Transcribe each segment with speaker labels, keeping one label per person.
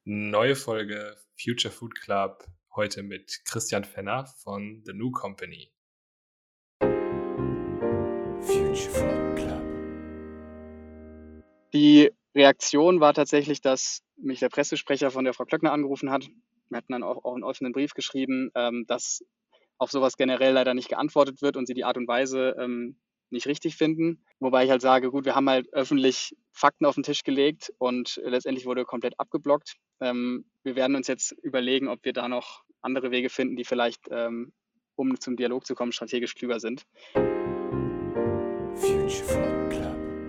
Speaker 1: Neue Folge Future Food Club, heute mit Christian Fenner von The New Company.
Speaker 2: Future Food Club.
Speaker 3: Die Reaktion war tatsächlich, dass mich der Pressesprecher von der Frau Klöckner angerufen hat. Wir hatten dann auch einen offenen Brief geschrieben, dass auf sowas generell leider nicht geantwortet wird und sie die Art und Weise nicht richtig finden. Wobei ich halt sage, gut, wir haben halt öffentlich Fakten auf den Tisch gelegt und letztendlich wurde komplett abgeblockt. Wir werden uns jetzt überlegen, ob wir da noch andere Wege finden, die vielleicht, um zum Dialog zu kommen, strategisch klüger sind.
Speaker 2: Future Food Club.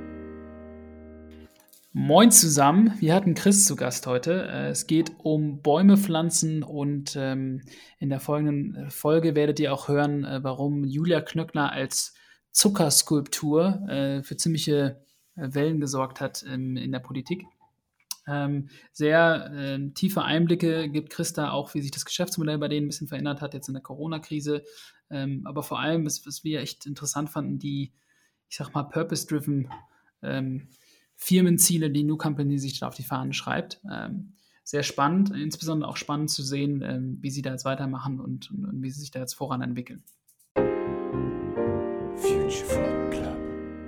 Speaker 4: Moin zusammen, wir hatten Chris zu Gast heute. Es geht um Bäume pflanzen und in der folgenden Folge werdet ihr auch hören, warum Julia Knöckner als Zuckerskulptur für ziemliche Wellen gesorgt hat in der Politik. Sehr tiefe Einblicke gibt Chris da auch, wie sich das Geschäftsmodell bei denen ein bisschen verändert hat, jetzt in der Corona-Krise. Aber vor allem, was wir echt interessant fanden, die, ich sag mal, purpose-driven Firmenziele, die New Company sich da auf die Fahnen schreibt. Sehr spannend, insbesondere auch spannend zu sehen, wie sie da jetzt weitermachen und wie sie sich da jetzt voran entwickeln.
Speaker 2: Future Food Club.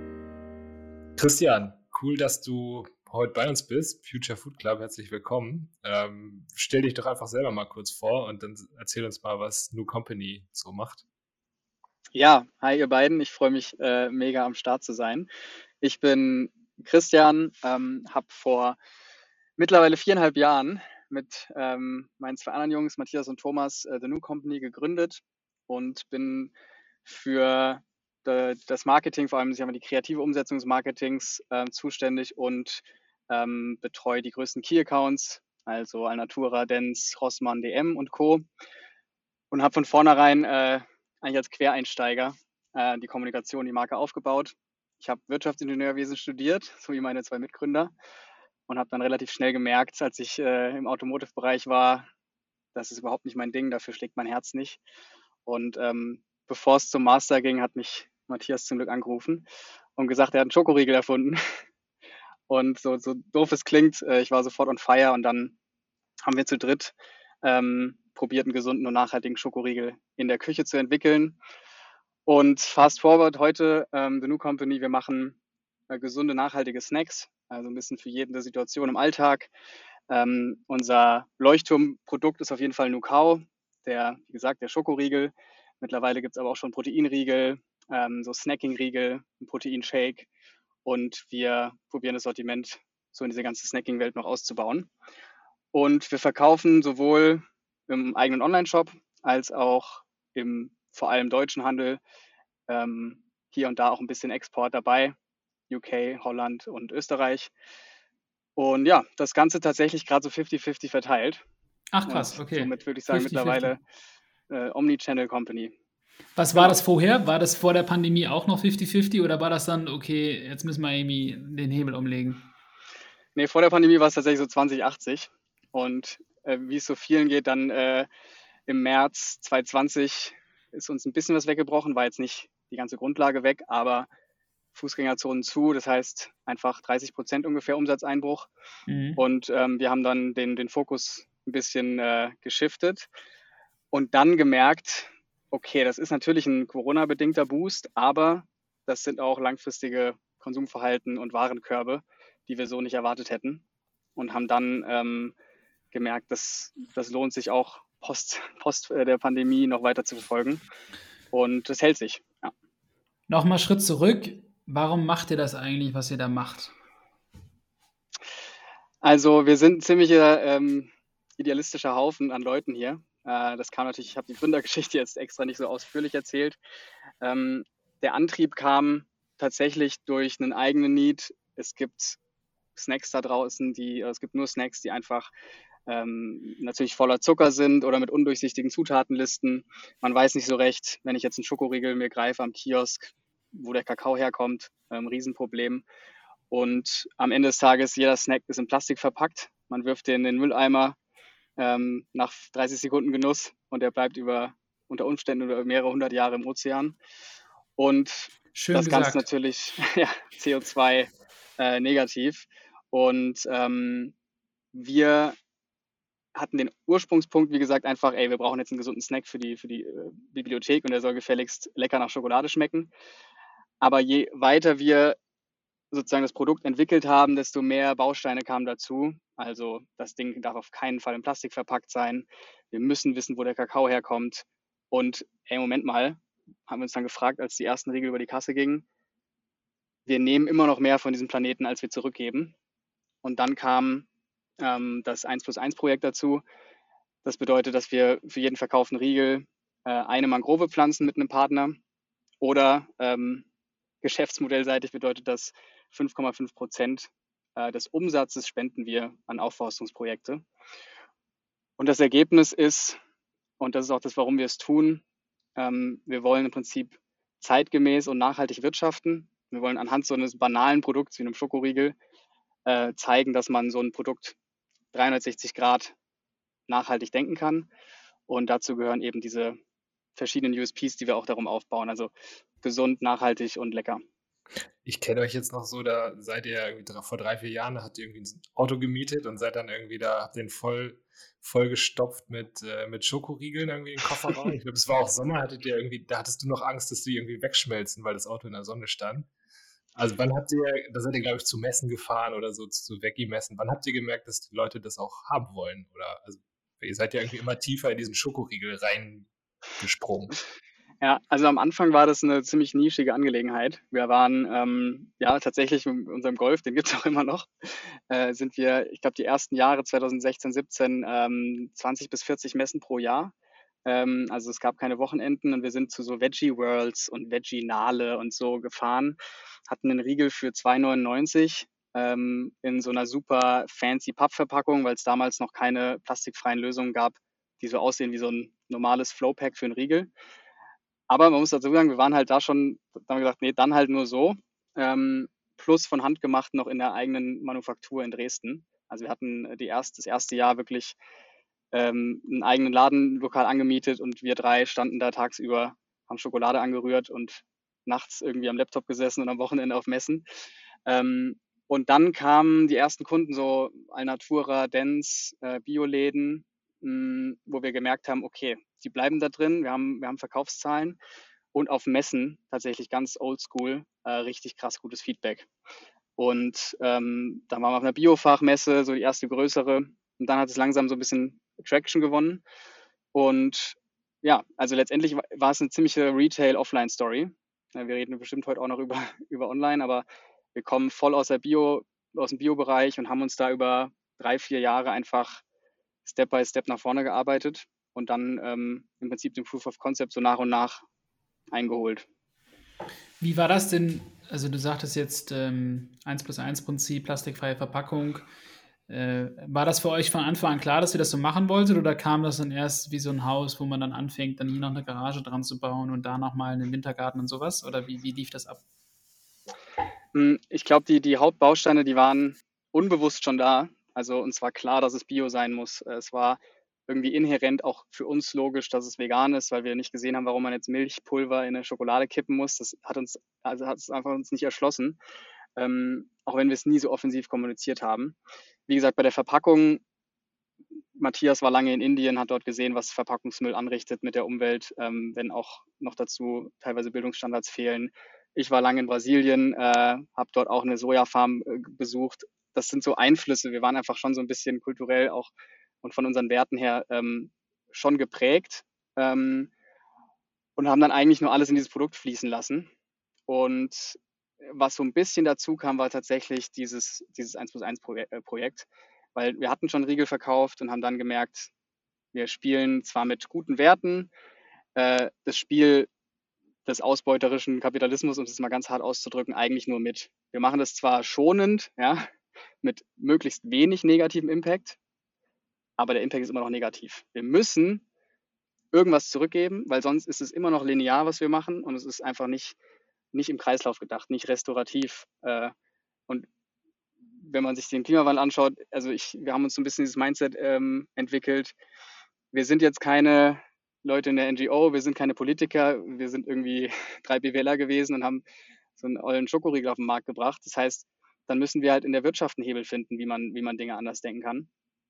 Speaker 1: Christian, cool, dass du heute bei uns bist. Future Food Club, herzlich willkommen. Stell dich doch einfach selber mal kurz vor und dann erzähl uns mal, was New Company so macht.
Speaker 3: Ja, hi ihr beiden. Ich freue mich mega am Start zu sein. Ich bin Christian, habe vor mittlerweile 4,5 Jahren mit meinen 2 anderen Jungs, Matthias und Thomas, The New Company gegründet und bin für das Marketing, vor allem die kreative Umsetzung des Marketings zuständig und betreue die größten Key-Accounts, also Alnatura, Dents, Rossmann, DM und Co. Und habe von vornherein eigentlich als Quereinsteiger die Kommunikation, die Marke aufgebaut. Ich habe Wirtschaftsingenieurwesen studiert, so wie meine 2 Mitgründer, und habe dann relativ schnell gemerkt, als ich im Automotive-Bereich war, das ist überhaupt nicht mein Ding, dafür schlägt mein Herz nicht. Und bevor es zum Master ging, hat mich Matthias zum Glück angerufen und gesagt, er hat einen Schokoriegel erfunden. Und so doof es klingt, ich war sofort on fire und dann haben wir zu dritt probiert, einen gesunden und nachhaltigen Schokoriegel in der Küche zu entwickeln. Und fast forward heute, The New Company, wir machen gesunde, nachhaltige Snacks, also ein bisschen für jede Situation im Alltag. Unser Leuchtturmprodukt ist auf jeden Fall Nukao, wie gesagt, der Schokoriegel. Mittlerweile gibt es aber auch schon Proteinriegel, so Snacking-Riegel, ein Proteinshake. Und wir probieren das Sortiment so in diese ganze Snacking-Welt noch auszubauen. Und wir verkaufen sowohl im eigenen Online-Shop als auch im vor allem deutschen Handel, hier und da auch ein bisschen Export dabei, UK, Holland und Österreich. Und ja, das Ganze tatsächlich gerade so 50-50 verteilt.
Speaker 4: Ach krass,
Speaker 3: Und
Speaker 4: okay.
Speaker 3: somit würde ich sagen,
Speaker 4: 50-50.
Speaker 3: mittlerweile Omnichannel Company.
Speaker 4: Was war das vorher? War das vor der Pandemie auch noch 50-50 oder war das dann, okay, jetzt müssen wir irgendwie den Hebel umlegen?
Speaker 3: Nee, vor der Pandemie war es tatsächlich so 20-80. Und wie es so vielen geht, dann im März 2020 ist uns ein bisschen was weggebrochen, war jetzt nicht die ganze Grundlage weg, aber Fußgängerzonen zu, das heißt einfach 30% ungefähr Umsatzeinbruch. Und wir haben dann den Fokus ein bisschen geschiftet und dann gemerkt, okay, das ist natürlich ein Corona-bedingter Boost, aber das sind auch langfristige Konsumverhalten und Warenkörbe, die wir so nicht erwartet hätten, und haben dann gemerkt, dass das lohnt sich auch post der Pandemie noch weiter zu verfolgen. Und das hält sich. Ja.
Speaker 4: Nochmal Schritt zurück. Warum macht ihr das eigentlich, was ihr da macht?
Speaker 3: Also wir sind ein ziemlicher idealistischer Haufen an Leuten hier. Das kam natürlich, ich habe die Gründergeschichte jetzt extra nicht so ausführlich erzählt. Der Antrieb kam tatsächlich durch einen eigenen Need. Es gibt Snacks da draußen, es gibt nur Snacks, die einfach natürlich voller Zucker sind oder mit undurchsichtigen Zutatenlisten. Man weiß nicht so recht, wenn ich jetzt einen Schokoriegel mir greife am Kiosk, wo der Kakao herkommt, Riesenproblem. Und am Ende des Tages, jeder Snack ist in Plastik verpackt. Man wirft den in den Mülleimer nach 30 Sekunden Genuss und der bleibt unter Umständen über mehrere 100 Jahre im Ozean. Und
Speaker 4: Schön
Speaker 3: das
Speaker 4: gesagt.
Speaker 3: Ganze natürlich CO2 negativ. Und wir hatten den Ursprungspunkt, wie gesagt, einfach, ey, wir brauchen jetzt einen gesunden Snack für die Bibliothek und der soll gefälligst lecker nach Schokolade schmecken. Aber je weiter wir sozusagen das Produkt entwickelt haben, desto mehr Bausteine kamen dazu. Also das Ding darf auf keinen Fall in Plastik verpackt sein. Wir müssen wissen, wo der Kakao herkommt. Und ey, Moment mal, haben wir uns dann gefragt, als die ersten Riegel über die Kasse gingen, wir nehmen immer noch mehr von diesem Planeten, als wir zurückgeben. Und dann kam das 1+1-Projekt dazu. Das bedeutet, dass wir für jeden verkauften Riegel eine Mangrove pflanzen mit einem Partner oder geschäftsmodellseitig bedeutet das 5,5% des Umsatzes spenden wir an Aufforstungsprojekte. Und das Ergebnis ist, und das ist auch das, warum wir es tun, wir wollen im Prinzip zeitgemäß und nachhaltig wirtschaften. Wir wollen anhand so eines banalen Produkts wie einem Schokoriegel zeigen, dass man so ein Produkt 360 Grad nachhaltig denken kann. Und dazu gehören eben diese verschiedenen USPs, die wir auch darum aufbauen. Also gesund, nachhaltig und lecker.
Speaker 1: Ich kenne euch jetzt noch so, da seid ihr irgendwie vor 3, 4 Jahren, da habt ihr irgendwie ein Auto gemietet und seid dann irgendwie da, habt den voll gestopft mit Schokoriegeln irgendwie im Kofferraum. Ich glaube, es war auch Sommer, da hattest du noch Angst, dass die irgendwie wegschmelzen, weil das Auto in der Sonne stand. Also da seid ihr, glaube ich, zu Messen gefahren oder so, zu Veggie-Messen. Wann habt ihr gemerkt, dass die Leute das auch haben wollen? Oder, also, ihr seid ja irgendwie immer tiefer in diesen Schokoriegel reingesprungen.
Speaker 3: Ja, also am Anfang war das eine ziemlich nischige Angelegenheit. Wir waren ja tatsächlich mit unserem Golf, den gibt es auch immer noch, sind wir, ich glaube, die ersten Jahre 2016, 17 20 bis 40 Messen pro Jahr. Also es gab keine Wochenenden und wir sind zu so Veggie Worlds und Veggie-Nale und so gefahren, hatten einen Riegel für 2,99 in so einer super fancy Pappverpackung, weil es damals noch keine plastikfreien Lösungen gab, die so aussehen wie so ein normales Flowpack für einen Riegel. Aber man muss dazu sagen, wir waren halt da schon, da haben wir gesagt, nee, dann halt nur so. Plus von Hand gemacht noch in der eigenen Manufaktur in Dresden. Also wir hatten das erste Jahr wirklich einen eigenen Ladenlokal angemietet und wir 3 standen da tagsüber, haben Schokolade angerührt und nachts irgendwie am Laptop gesessen und am Wochenende auf Messen. Und dann kamen die ersten Kunden, so Alnatura, Dents, Bioläden, wo wir gemerkt haben, okay, die bleiben da drin, wir haben Verkaufszahlen und auf Messen tatsächlich ganz oldschool richtig krass gutes Feedback. Und dann waren wir auf einer Biofachmesse, so die erste größere, und dann hat es langsam so ein bisschen Traction gewonnen. Und ja, also letztendlich war es eine ziemliche Retail-Offline-Story. Wir reden bestimmt heute auch noch über Online, aber wir kommen voll aus dem Bio-Bereich und haben uns da über 3, 4 Jahre einfach Step by Step nach vorne gearbeitet und dann im Prinzip den Proof of Concept so nach und nach eingeholt.
Speaker 4: Wie war das denn? Also du sagtest jetzt 1+1-Prinzip, plastikfreie Verpackung. War das für euch von Anfang an klar, dass ihr das so machen wolltet, oder kam das dann erst wie so ein Haus, wo man dann anfängt, dann hier noch eine Garage dran zu bauen und da nochmal einen Wintergarten und sowas? Oder wie lief das ab?
Speaker 3: Ich glaube, die Hauptbausteine, die waren unbewusst schon da. Also uns war klar, dass es Bio sein muss. Es war irgendwie inhärent auch für uns logisch, dass es vegan ist, weil wir nicht gesehen haben, warum man jetzt Milchpulver in eine Schokolade kippen muss. Das hat es einfach uns nicht erschlossen, auch wenn wir es nie so offensiv kommuniziert haben. Wie gesagt, bei der Verpackung, Matthias war lange in Indien, hat dort gesehen, was Verpackungsmüll anrichtet mit der Umwelt, wenn auch noch dazu teilweise Bildungsstandards fehlen. Ich war lange in Brasilien, habe dort auch eine Sojafarm besucht. Das sind so Einflüsse. Wir waren einfach schon so ein bisschen kulturell auch und von unseren Werten her schon geprägt und haben dann eigentlich nur alles in dieses Produkt fließen lassen. Und was so ein bisschen dazu kam, war tatsächlich dieses 1+1-Projekt, weil wir hatten schon Riegel verkauft und haben dann gemerkt, wir spielen zwar mit guten Werten, das Spiel des ausbeuterischen Kapitalismus, um es mal ganz hart auszudrücken, eigentlich nur mit. Wir machen das zwar schonend, ja, mit möglichst wenig negativem Impact, aber der Impact ist immer noch negativ. Wir müssen irgendwas zurückgeben, weil sonst ist es immer noch linear, was wir machen, und es ist einfach nicht im Kreislauf gedacht, nicht restaurativ. Und wenn man sich den Klimawandel anschaut, also wir haben uns so ein bisschen dieses Mindset entwickelt. Wir sind jetzt keine Leute in der NGO, wir sind keine Politiker, wir sind irgendwie 3 BWLer gewesen und haben so einen ollen Schokoriegel auf den Markt gebracht. Das heißt, dann müssen wir halt in der Wirtschaft einen Hebel finden, wie man Dinge anders denken kann.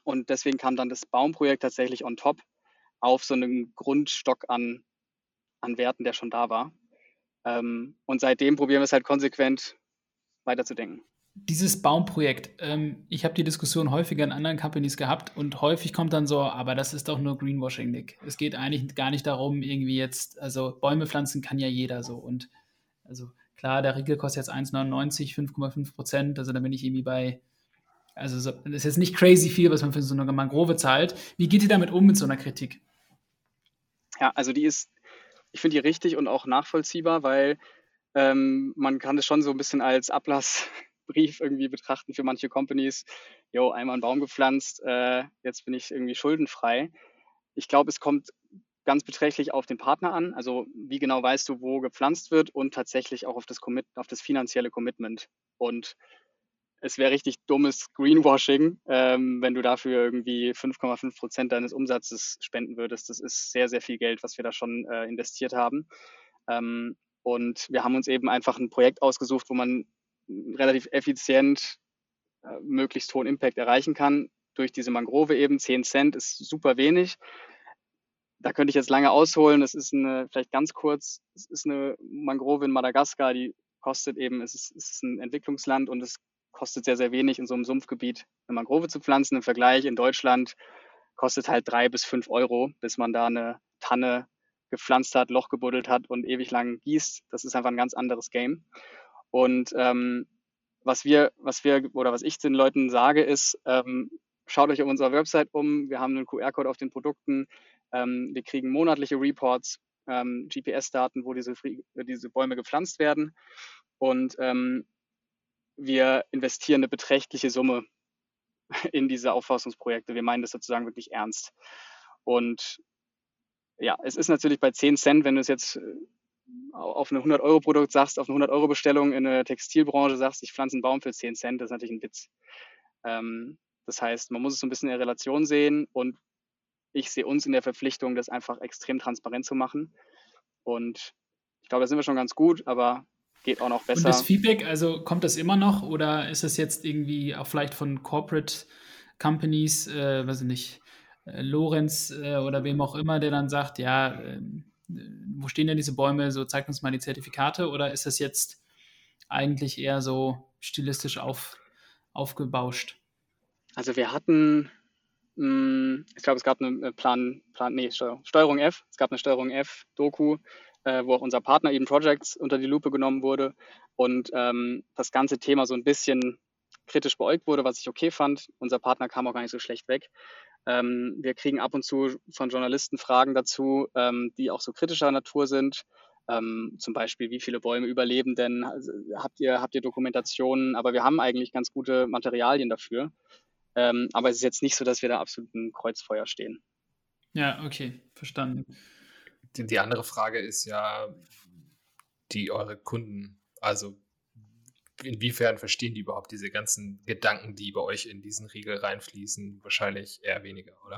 Speaker 3: Und deswegen kam dann das Baumprojekt tatsächlich on top auf so einem Grundstock an Werten, der schon da war. Und seitdem probieren wir es halt konsequent weiterzudenken.
Speaker 4: Dieses Baumprojekt, ich habe die Diskussion häufiger in anderen Companies gehabt und häufig kommt dann so, aber das ist doch nur Greenwashing, Nick. Es geht eigentlich gar nicht darum, irgendwie jetzt, also Bäume pflanzen kann ja jeder so. Und also klar, der Riegel kostet jetzt 1,99, 5,5%, also da bin ich irgendwie bei, also so, das ist jetzt nicht crazy viel, was man für so eine Mangrove zahlt. Wie geht ihr damit um mit so einer Kritik?
Speaker 3: Ja, also ich finde die richtig und auch nachvollziehbar, weil man kann es schon so ein bisschen als Ablassbrief irgendwie betrachten für manche Companies. Jo, einmal einen Baum gepflanzt, jetzt bin ich irgendwie schuldenfrei. Ich glaube, es kommt ganz beträchtlich auf den Partner an. Also wie genau weißt du, wo gepflanzt wird und tatsächlich auch auf das finanzielle Commitment. Und es wäre richtig dummes Greenwashing, wenn du dafür irgendwie 5,5% deines Umsatzes spenden würdest. Das ist sehr, sehr viel Geld, was wir da schon investiert haben. Und wir haben uns eben einfach ein Projekt ausgesucht, wo man relativ effizient möglichst hohen Impact erreichen kann. Durch diese Mangrove eben 10 Cent ist super wenig. Da könnte ich jetzt lange ausholen. Das ist vielleicht ganz kurz, es ist eine Mangrove in Madagaskar, die kostet eben, es ist ein Entwicklungsland und es kostet sehr, sehr wenig, in so einem Sumpfgebiet eine Mangrove zu pflanzen. Im Vergleich in Deutschland kostet halt 3 bis 5 Euro, bis man da eine Tanne gepflanzt hat, Loch gebuddelt hat und ewig lang gießt. Das ist einfach ein ganz anderes Game. Und was ich den Leuten sage, ist, schaut euch auf unserer Website um. Wir haben einen QR-Code auf den Produkten. Wir kriegen monatliche Reports, GPS-Daten, wo diese Bäume gepflanzt werden. Und wir investieren eine beträchtliche Summe in diese Aufforstungsprojekte. Wir meinen das sozusagen wirklich ernst. Und ja, es ist natürlich bei 10 Cent, wenn du es jetzt auf ein 100-Euro-Produkt sagst, auf eine 100-Euro-Bestellung in der Textilbranche sagst, ich pflanze einen Baum für 10 Cent, das ist natürlich ein Witz. Das heißt, man muss es so ein bisschen in der Relation sehen und ich sehe uns in der Verpflichtung, das einfach extrem transparent zu machen. Und ich glaube, da sind wir schon ganz gut, aber geht auch noch besser.
Speaker 4: Und das Feedback, also kommt das immer noch oder ist das jetzt irgendwie auch vielleicht von Corporate Companies, weiß ich nicht, Lorenz oder wem auch immer, der dann sagt, ja, wo stehen denn diese Bäume, so zeigt uns mal die Zertifikate, oder ist das jetzt eigentlich eher so stilistisch aufgebauscht?
Speaker 3: Also wir hatten, ich glaube, es gab eine Steuerung F, es gab eine Steuerung F-Doku, wo auch unser Partner Eden Projects unter die Lupe genommen wurde und das ganze Thema so ein bisschen kritisch beäugt wurde, was ich okay fand. Unser Partner kam auch gar nicht so schlecht weg. Wir kriegen ab und zu von Journalisten Fragen dazu, die auch so kritischer Natur sind. Zum Beispiel, wie viele Bäume überleben denn? Also, habt ihr Dokumentationen? Aber wir haben eigentlich ganz gute Materialien dafür. Aber es ist jetzt nicht so, dass wir da absolut im Kreuzfeuer stehen.
Speaker 4: Ja, okay, verstanden.
Speaker 1: Die andere Frage ist ja, eure Kunden, also inwiefern verstehen die überhaupt diese ganzen Gedanken, die bei euch in diesen Riegel reinfließen? Wahrscheinlich eher weniger, oder?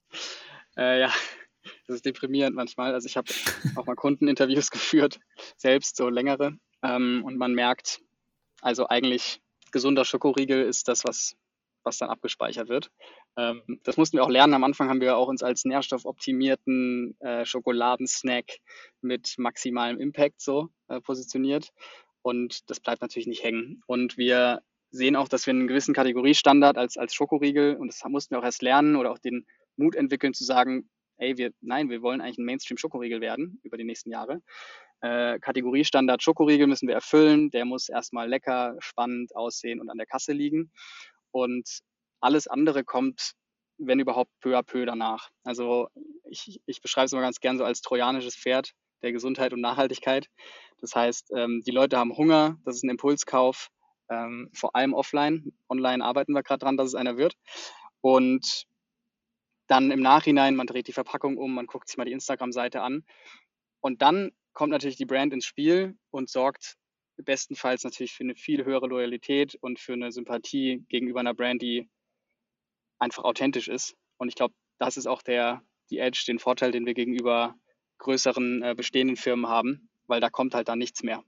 Speaker 3: Ja, das ist deprimierend manchmal. Also ich habe auch mal Kundeninterviews geführt, selbst so längere. Und man merkt, also eigentlich gesunder Schokoriegel ist das, was dann abgespeichert wird. Das mussten wir auch lernen. Am Anfang haben wir auch uns als nährstoffoptimierten Schokoladensnack mit maximalem Impact so positioniert. Und das bleibt natürlich nicht hängen. Und wir sehen auch, dass wir einen gewissen Kategoriestandard als Schokoriegel, und das mussten wir auch erst lernen oder auch den Mut entwickeln zu sagen, ey, wir wollen eigentlich ein Mainstream-Schokoriegel werden über die nächsten Jahre. Kategoriestandard Schokoriegel müssen wir erfüllen. Der muss erstmal lecker, spannend aussehen und an der Kasse liegen. Und alles andere kommt, wenn überhaupt, peu à peu danach. Also ich beschreibe es immer ganz gern so als trojanisches Pferd der Gesundheit und Nachhaltigkeit. Das heißt, die Leute haben Hunger, das ist ein Impulskauf, vor allem offline. Online arbeiten wir gerade dran, dass es einer wird. Und dann im Nachhinein, man dreht die Verpackung um, man guckt sich mal die Instagram-Seite an. Und dann kommt natürlich die Brand ins Spiel und sorgt bestenfalls natürlich für eine viel höhere Loyalität und für eine Sympathie gegenüber einer Brand, die einfach authentisch ist. Und ich glaube, das ist auch die Edge, den Vorteil, den wir gegenüber größeren bestehenden Firmen haben, weil da kommt halt dann nichts mehr.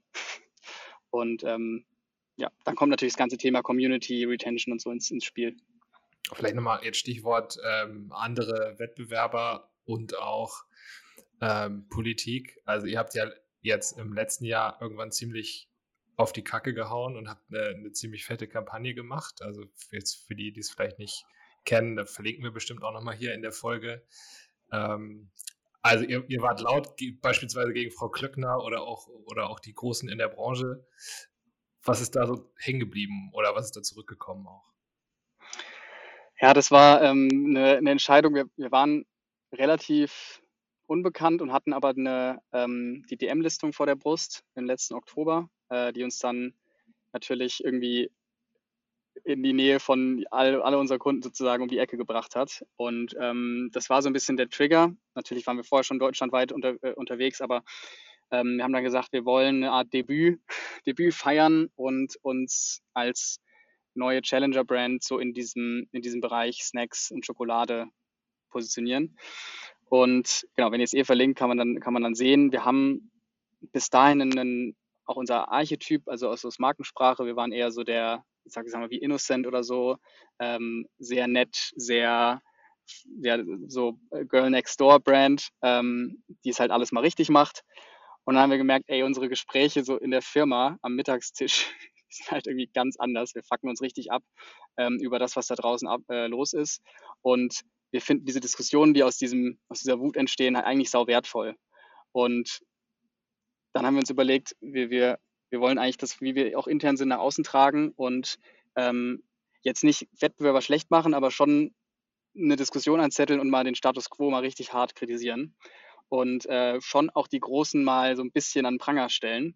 Speaker 3: Und dann kommt natürlich das ganze Thema Community, Retention und so ins Spiel.
Speaker 1: Vielleicht nochmal jetzt Stichwort andere Wettbewerber und auch Politik. Also ihr habt ja jetzt im letzten Jahr irgendwann ziemlich auf die Kacke gehauen und habt eine ziemlich fette Kampagne gemacht. Also jetzt für die, die es vielleicht nicht kennen, da verlinken wir bestimmt auch nochmal hier in der Folge. Also ihr wart laut, beispielsweise gegen Frau Klöckner oder auch die Großen in der Branche. Was ist da so hängen geblieben oder was ist da zurückgekommen auch?
Speaker 3: Ja, das war eine Entscheidung. Wir waren relativ unbekannt und hatten aber die DM-Listung vor der Brust im letzten Oktober, die uns dann natürlich irgendwie in die Nähe von alle unserer Kunden sozusagen um die Ecke gebracht hat. Und das war so ein bisschen der Trigger. Natürlich waren wir vorher schon deutschlandweit unterwegs, aber wir haben dann gesagt, wir wollen eine Art Debüt feiern und uns als neue Challenger-Brand so in diesem Bereich Snacks und Schokolade positionieren. Und genau, wenn ihr es verlinkt, kann man dann sehen, wir haben bis dahin auch unser Archetyp, also aus Markensprache, wir waren eher so der, ich sag mal, wie Innocent oder so, sehr nett, sehr, ja, so Girl Next Door Brand, die es halt alles mal richtig macht. Und dann haben wir gemerkt, ey, unsere Gespräche so in der Firma am Mittagstisch sind halt irgendwie ganz anders. Wir fucken uns richtig ab über das, was da draußen los ist. Und wir finden diese Diskussionen, die aus dieser Wut entstehen, halt eigentlich sau wertvoll. Und dann haben wir uns überlegt, wir wollen eigentlich das, wie wir auch intern sind, nach außen tragen und jetzt nicht Wettbewerber schlecht machen, aber schon eine Diskussion anzetteln und mal den Status quo mal richtig hart kritisieren und schon auch die Großen mal so ein bisschen an den Pranger stellen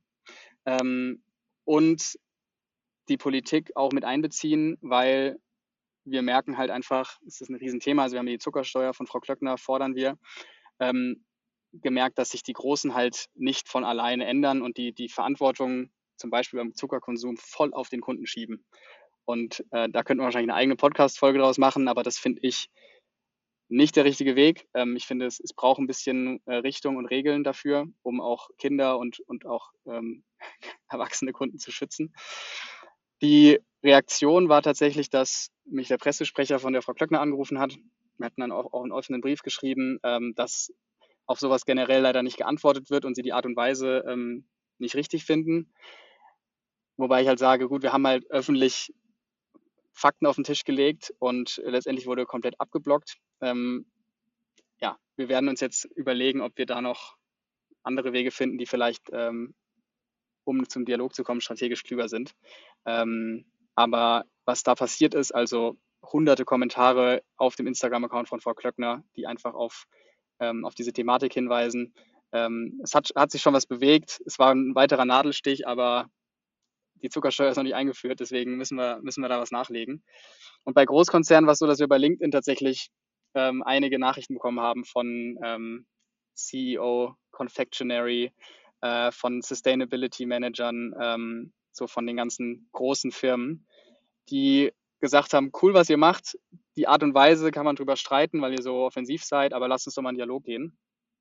Speaker 3: und die Politik auch mit einbeziehen, weil wir merken halt einfach, es ist ein Riesenthema, also wir haben die Zuckersteuer von Frau Klöckner, fordern wir, gemerkt, dass sich die Großen halt nicht von alleine ändern und die Verantwortung zum Beispiel beim Zuckerkonsum voll auf den Kunden schieben. Und da könnten wir wahrscheinlich eine eigene Podcast-Folge draus machen, aber das finde ich nicht der richtige Weg. Ich finde, es braucht ein bisschen Richtung und Regeln dafür, um auch Kinder und auch erwachsene Kunden zu schützen. Die Reaktion war tatsächlich, dass mich der Pressesprecher von der Frau Klöckner angerufen hat. Wir hatten dann auch einen offenen Brief geschrieben, dass auf sowas generell leider nicht geantwortet wird und sie die Art und Weise nicht richtig finden. Wobei ich halt sage, gut, wir haben halt öffentlich Fakten auf den Tisch gelegt und letztendlich wurde komplett abgeblockt. Ja, wir werden uns jetzt überlegen, ob wir da noch andere Wege finden, die vielleicht, um zum Dialog zu kommen, strategisch klüger sind. Aber was da passiert ist, also hunderte Kommentare auf dem Instagram-Account von Frau Klöckner, die einfach auf diese Thematik hinweisen. Es hat sich schon was bewegt. Es war ein weiterer Nadelstich, aber die Zuckersteuer ist noch nicht eingeführt, deswegen müssen wir da was nachlegen. Und bei Großkonzernen war es so, dass wir bei LinkedIn tatsächlich einige Nachrichten bekommen haben von CEO Confectionery, von Sustainability Managern, so von den ganzen großen Firmen, die gesagt haben, cool, was ihr macht. Die Art und Weise kann man drüber streiten, weil ihr so offensiv seid, aber lasst uns doch mal in Dialog gehen.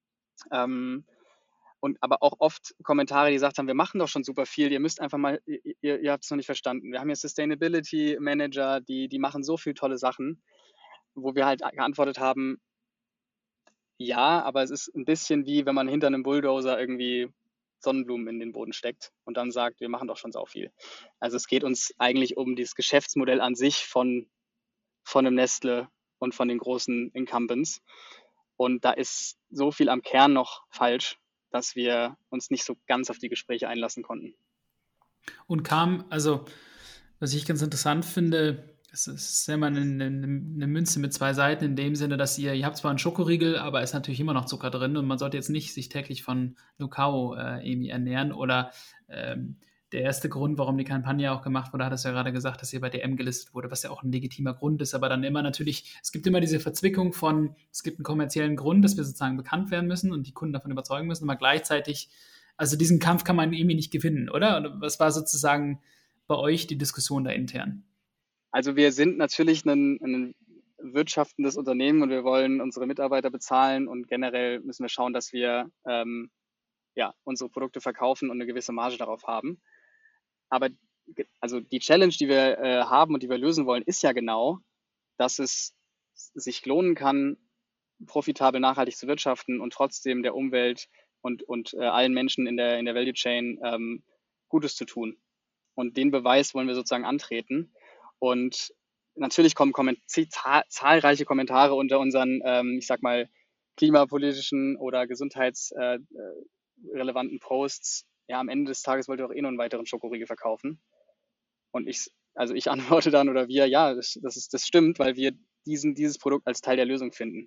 Speaker 3: Und aber auch oft Kommentare, die gesagt haben, wir machen doch schon super viel, ihr müsst einfach mal, ihr habt es noch nicht verstanden. Wir haben hier Sustainability Manager, die machen so viele tolle Sachen, wo wir halt geantwortet haben, ja, aber es ist ein bisschen wie, wenn man hinter einem Bulldozer irgendwie Sonnenblumen in den Boden steckt und dann sagt, wir machen doch schon sau viel. Also es geht uns eigentlich um das Geschäftsmodell an sich von einem Nestle und von den großen Incumbents. Und da ist so viel am Kern noch falsch, dass wir uns nicht so ganz auf die Gespräche einlassen konnten.
Speaker 4: Und also, was ich ganz interessant finde, es ist ja immer eine Münze mit zwei Seiten in dem Sinne, dass ihr habt zwar einen Schokoriegel, aber es ist natürlich immer noch Zucker drin und man sollte jetzt nicht sich täglich von Lucao irgendwie ernähren oder der erste Grund, warum die Kampagne auch gemacht wurde, hat es ja gerade gesagt, dass ihr bei DM gelistet wurde, was ja auch ein legitimer Grund ist, aber dann immer natürlich, es gibt immer diese Verzwickung von, es gibt einen kommerziellen Grund, dass wir sozusagen bekannt werden müssen und die Kunden davon überzeugen müssen, aber gleichzeitig, also diesen Kampf kann man irgendwie nicht gewinnen, oder? Und was war sozusagen bei euch die Diskussion da intern?
Speaker 3: Also wir sind natürlich ein wirtschaftendes Unternehmen und wir wollen unsere Mitarbeiter bezahlen und generell müssen wir schauen, dass wir unsere Produkte verkaufen und eine gewisse Marge darauf haben. Aber also die Challenge, die wir haben und die wir lösen wollen, ist ja genau, dass es sich lohnen kann, profitabel nachhaltig zu wirtschaften und trotzdem der Umwelt und allen Menschen in der Value Chain Gutes zu tun. Und den Beweis wollen wir sozusagen antreten. Und natürlich kommen zahlreiche Kommentare unter unseren, ich sag mal, klimapolitischen oder gesundheitsrelevanten Posts. Ja, am Ende des Tages wollt ihr auch nur einen weiteren Schokoriegel verkaufen. Und ich antworte dann oder wir, ja, das stimmt, weil wir dieses Produkt als Teil der Lösung finden.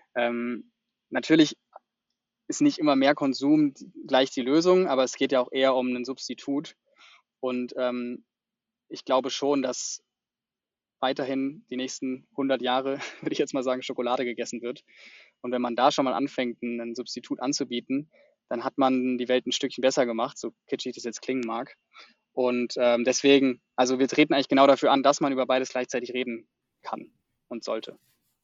Speaker 3: Natürlich ist nicht immer mehr Konsum gleich die Lösung, aber es geht ja auch eher um ein Substitut. Und ich glaube schon, dass weiterhin die nächsten 100 Jahre, würde ich jetzt mal sagen, Schokolade gegessen wird. Und wenn man da schon mal anfängt, ein Substitut anzubieten, dann hat man die Welt ein Stückchen besser gemacht, so kitschig das jetzt klingen mag. Und deswegen, also wir treten eigentlich genau dafür an, dass man über beides gleichzeitig reden kann und sollte.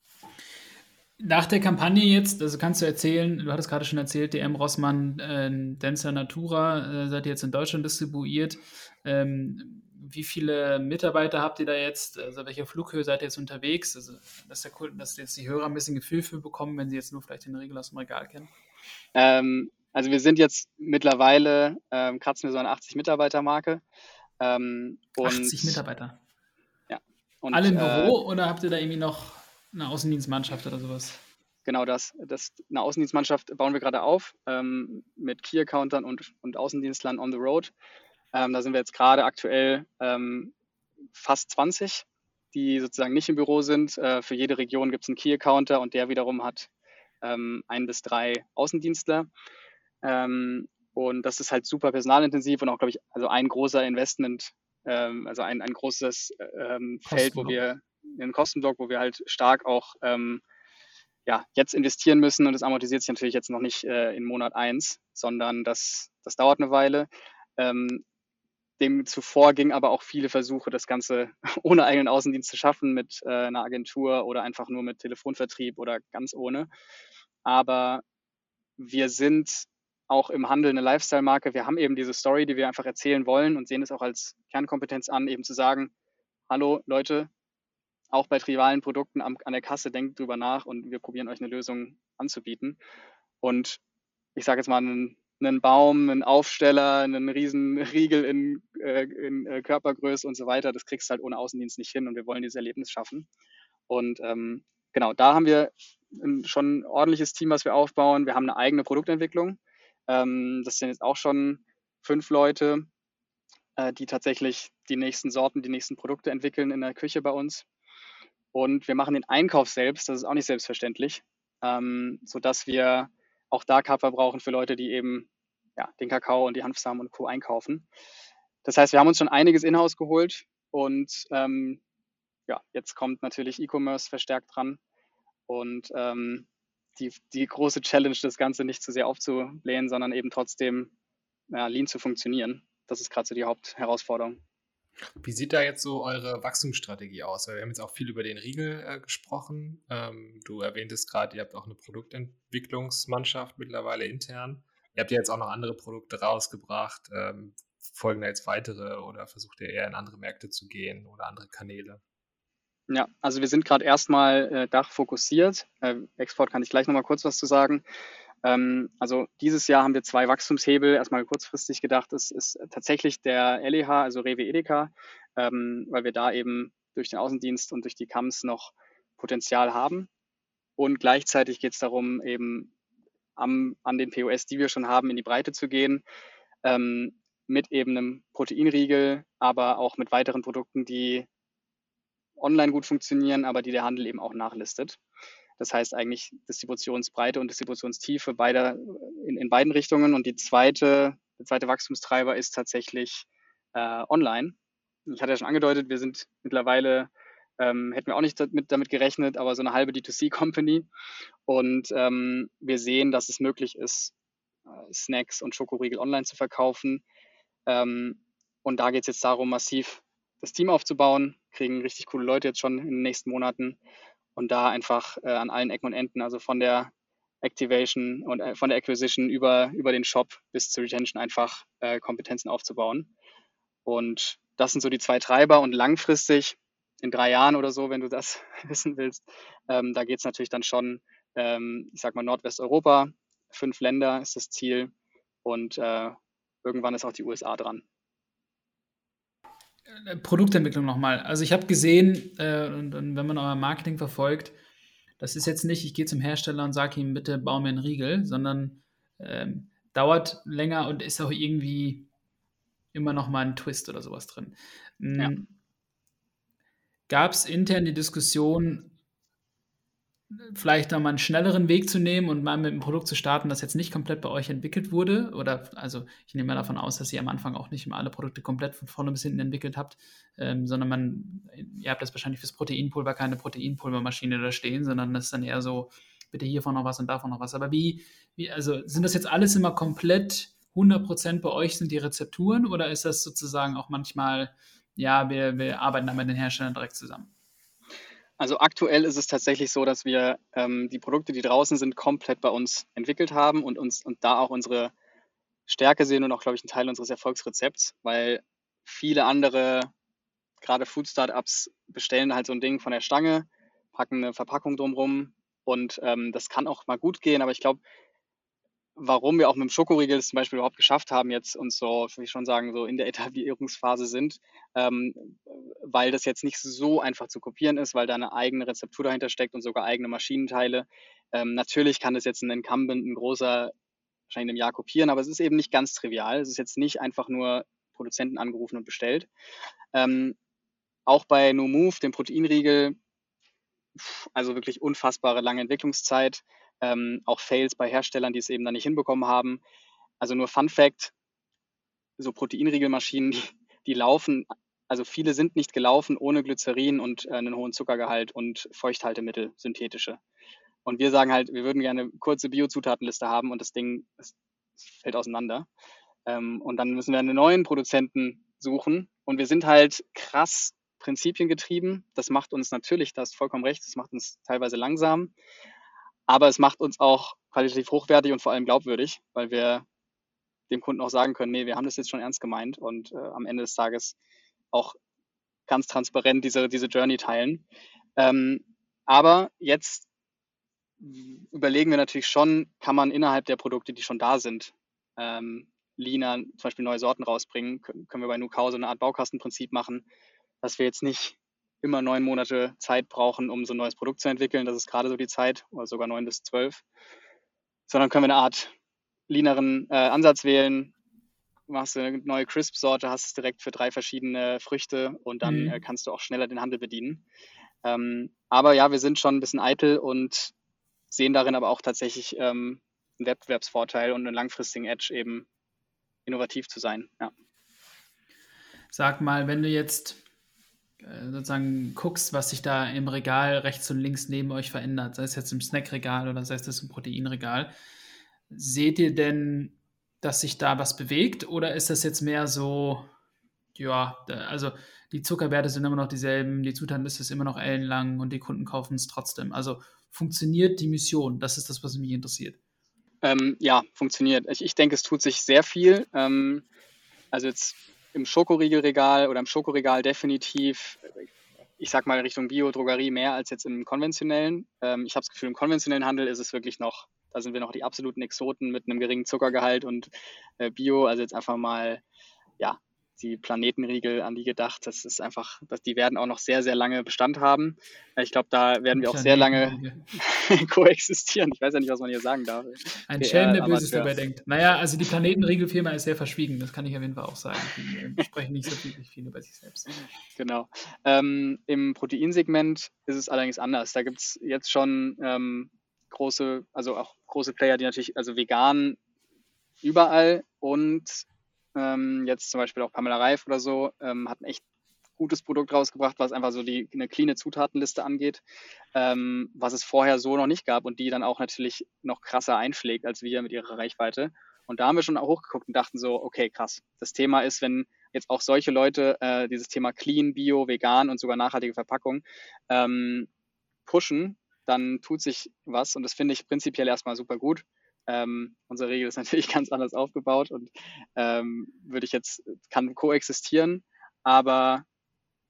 Speaker 4: Nach der Kampagne jetzt, also kannst du erzählen, du hattest gerade schon erzählt, DM Rossmann, Denser Natura, seid ihr jetzt in Deutschland distribuiert. Wie viele Mitarbeiter habt ihr da jetzt? Also welche Flughöhe seid ihr jetzt unterwegs? Also dass jetzt die Hörer ein bisschen Gefühl für bekommen, wenn sie jetzt nur vielleicht den Riegel aus dem Regal kennen.
Speaker 3: Also wir sind jetzt mittlerweile, kratzen wir so eine 80-Mitarbeiter-Marke.
Speaker 4: 80 Mitarbeiter?
Speaker 3: Ja. Und,
Speaker 4: alle im Büro oder habt ihr da irgendwie noch eine Außendienstmannschaft oder sowas?
Speaker 3: Genau eine Außendienstmannschaft bauen wir gerade auf, mit Key-Accountern und Außendienstlern on the road. Da sind wir jetzt gerade aktuell fast 20, die sozusagen nicht im Büro sind. Für jede Region gibt es einen Key-Accounter und der wiederum hat 1 bis 3 Außendienstler. Und das ist halt super personalintensiv und auch, glaube ich, also ein großer Investment, also ein großes Feld, wo wir einen Kostenblock, wo wir halt stark auch jetzt investieren müssen, und das amortisiert sich natürlich jetzt noch nicht in Monat 1, sondern das dauert eine Weile. Dem zuvor ging aber auch viele Versuche, das Ganze ohne eigenen Außendienst zu schaffen, mit einer Agentur oder einfach nur mit Telefonvertrieb oder ganz ohne. Aber wir sind auch im Handel eine Lifestyle-Marke. Wir haben eben diese Story, die wir einfach erzählen wollen und sehen es auch als Kernkompetenz an, eben zu sagen, hallo Leute, auch bei trivialen Produkten an der Kasse denkt drüber nach und wir probieren euch eine Lösung anzubieten. Und ich sage jetzt mal, einen Baum, einen Aufsteller, einen riesen Riegel in Körpergröße und so weiter, das kriegst du halt ohne Außendienst nicht hin und wir wollen dieses Erlebnis schaffen. Und genau, da haben wir schon ein ordentliches Team, was wir aufbauen. Wir haben eine eigene Produktentwicklung. Das sind jetzt auch schon 5 Leute, die tatsächlich die nächsten Sorten, die nächsten Produkte entwickeln in der Küche bei uns. Und wir machen den Einkauf selbst, das ist auch nicht selbstverständlich, sodass wir auch da Kappa brauchen für Leute, die eben den Kakao und die Hanfsamen und Co. einkaufen. Das heißt, wir haben uns schon einiges in-house geholt und jetzt kommt natürlich E-Commerce verstärkt dran und die große Challenge, das Ganze nicht zu sehr aufzublähen, sondern eben trotzdem lean zu funktionieren. Das ist gerade so die Hauptherausforderung.
Speaker 1: Wie sieht da jetzt so eure Wachstumsstrategie aus? Weil wir haben jetzt auch viel über den Riegel gesprochen. Du erwähntest gerade, ihr habt auch eine Produktentwicklungsmannschaft mittlerweile intern. Ihr habt ja jetzt auch noch andere Produkte rausgebracht. Folgen da jetzt weitere oder versucht ihr eher in andere Märkte zu gehen oder andere Kanäle?
Speaker 3: Ja, also wir sind gerade erstmal dachfokussiert. Export kann ich gleich nochmal kurz was zu sagen. Also dieses Jahr haben wir 2 Wachstumshebel. Erstmal kurzfristig gedacht, das ist tatsächlich der LEH, also Rewe Edeka, weil wir da eben durch den Außendienst und durch die KAMs noch Potenzial haben. Und gleichzeitig geht es darum, eben an den POS, die wir schon haben, in die Breite zu gehen, mit eben einem Proteinriegel, aber auch mit weiteren Produkten, die online gut funktionieren, aber die der Handel eben auch nachlistet. Das heißt eigentlich Distributionsbreite und Distributionstiefe in beiden Richtungen. Und der zweite Wachstumstreiber ist tatsächlich online. Ich hatte ja schon angedeutet, wir sind mittlerweile, hätten wir auch nicht damit gerechnet, aber so eine halbe D2C-Company. Und wir sehen, dass es möglich ist, Snacks und Schokoriegel online zu verkaufen. Und da geht es jetzt darum, massiv das Team aufzubauen, kriegen richtig coole Leute jetzt schon in den nächsten Monaten und da einfach an allen Ecken und Enden, also von der Activation und von der Acquisition über den Shop bis zur Retention einfach Kompetenzen aufzubauen. Und das sind so die 2 Treiber und langfristig in 3 Jahren oder so, wenn du das wissen willst. Da geht es natürlich dann schon, ich sag mal, Nordwesteuropa, 5 Länder ist das Ziel und irgendwann ist auch die USA dran.
Speaker 4: Produktentwicklung nochmal. Also ich habe gesehen, und wenn man euer Marketing verfolgt, das ist jetzt nicht, ich gehe zum Hersteller und sage ihm, bitte bau mir einen Riegel, sondern dauert länger und ist auch irgendwie immer noch mal ein Twist oder sowas drin.
Speaker 3: Ja.
Speaker 4: Gab es intern die Diskussion, vielleicht noch mal einen schnelleren Weg zu nehmen und mal mit einem Produkt zu starten, das jetzt nicht komplett bei euch entwickelt wurde? Oder, also ich nehme mal davon aus, dass ihr am Anfang auch nicht immer alle Produkte komplett von vorne bis hinten entwickelt habt, sondern ihr habt das wahrscheinlich fürs Proteinpulver keine Proteinpulvermaschine da stehen, sondern das ist dann eher so, bitte hiervon noch was und davon noch was. Aber also sind das jetzt alles immer komplett 100% bei euch sind die Rezepturen oder ist das sozusagen auch manchmal, ja, wir arbeiten dann mit den Herstellern direkt zusammen?
Speaker 3: Also aktuell ist es tatsächlich so, dass wir die Produkte, die draußen sind, komplett bei uns entwickelt haben und da auch unsere Stärke sehen und auch, glaube ich, ein Teil unseres Erfolgsrezepts, weil viele andere, gerade Food-Startups, bestellen halt so ein Ding von der Stange, packen eine Verpackung drumrum und das kann auch mal gut gehen, aber ich glaube, warum wir auch mit dem Schokoriegel es zum Beispiel überhaupt geschafft haben, jetzt uns so, würde ich schon sagen, so in der Etablierungsphase sind, weil das jetzt nicht so einfach zu kopieren ist, weil da eine eigene Rezeptur dahinter steckt und sogar eigene Maschinenteile. Natürlich kann das jetzt ein Incumbent, ein großer, wahrscheinlich in einem Jahr kopieren, aber es ist eben nicht ganz trivial. Es ist jetzt nicht einfach nur Produzenten angerufen und bestellt. Auch bei No Move, dem Proteinriegel, also wirklich unfassbare lange Entwicklungszeit. Auch Fails bei Herstellern, die es eben dann nicht hinbekommen haben. Also nur Fun Fact, so Proteinriegelmaschinen, die laufen, also viele sind nicht gelaufen ohne Glycerin und einen hohen Zuckergehalt und Feuchthaltemittel, synthetische. Und wir sagen halt, wir würden gerne eine kurze Biozutatenliste haben und das Ding fällt auseinander. Und dann müssen wir einen neuen Produzenten suchen. Und wir sind halt krass prinzipiengetrieben. Das macht uns natürlich, da hast du vollkommen recht, das macht uns teilweise langsam. Aber es macht uns auch qualitativ hochwertig und vor allem glaubwürdig, weil wir dem Kunden auch sagen können, nee, wir haben das jetzt schon ernst gemeint und am Ende des Tages auch ganz transparent diese Journey teilen. Aber jetzt überlegen wir natürlich schon, kann man innerhalb der Produkte, die schon da sind, leaner zum Beispiel neue Sorten rausbringen, können wir bei Nukao so eine Art Baukastenprinzip machen, dass wir jetzt nicht immer 9 Monate Zeit brauchen, um so ein neues Produkt zu entwickeln. Das ist gerade so die Zeit, oder sogar 9 bis 12. Sondern können wir eine Art leaneren Ansatz wählen. Machst du eine neue Crisp-Sorte, hast es direkt für 3 verschiedene Früchte und dann kannst du auch schneller den Handel bedienen. Aber ja, wir sind schon ein bisschen eitel und sehen darin aber auch tatsächlich einen Wettbewerbsvorteil und einen langfristigen Edge, eben innovativ zu sein. Ja.
Speaker 4: Sag mal, wenn du jetzt sozusagen guckst, was sich da im Regal rechts und links neben euch verändert, sei es jetzt im Snackregal oder sei es das im Proteinregal, seht ihr denn, dass sich da was bewegt oder ist das jetzt mehr so, ja, also die Zuckerwerte sind immer noch dieselben, die Zutatenliste ist immer noch ellenlang und die Kunden kaufen es trotzdem. Also funktioniert die Mission? Das ist das, was mich interessiert.
Speaker 3: Ja, funktioniert. Ich denke, es tut sich sehr viel. Also jetzt im Schokoriegelregal oder im Schokoregal definitiv, ich sag mal Richtung Bio-Drogerie mehr als jetzt im konventionellen. Ich habe das Gefühl, im konventionellen Handel ist es wirklich noch, da sind wir noch die absoluten Exoten mit einem geringen Zuckergehalt und Bio. Also jetzt einfach mal, ja, die Planetenriegel an die gedacht. Das ist einfach, die werden auch noch sehr, sehr lange Bestand haben. Ich glaube, da werden wir auch sehr lange koexistieren. Ich weiß ja nicht, was man hier sagen darf.
Speaker 4: Ein Schelm, der Böses dabei denkt. Naja, also die Planetenriegelfirma ist sehr verschwiegen. Das kann ich auf jeden Fall auch sagen. Die sprechen nicht so viel über sich selbst.
Speaker 3: Genau. Im Proteinsegment ist es allerdings anders. Da gibt es jetzt schon große Player, die natürlich, also vegan überall und jetzt zum Beispiel auch Pamela Reif oder so, hat ein echt gutes Produkt rausgebracht, was einfach so eine cleane Zutatenliste angeht, was es vorher so noch nicht gab und die dann auch natürlich noch krasser einschlägt als wir mit ihrer Reichweite. Und da haben wir schon auch hochgeguckt und dachten so, okay, krass. Das Thema ist, wenn jetzt auch solche Leute dieses Thema Clean, Bio, Vegan und sogar nachhaltige Verpackung pushen, dann tut sich was und das finde ich prinzipiell erstmal super gut. Unsere Regel ist natürlich ganz anders aufgebaut und kann koexistieren, aber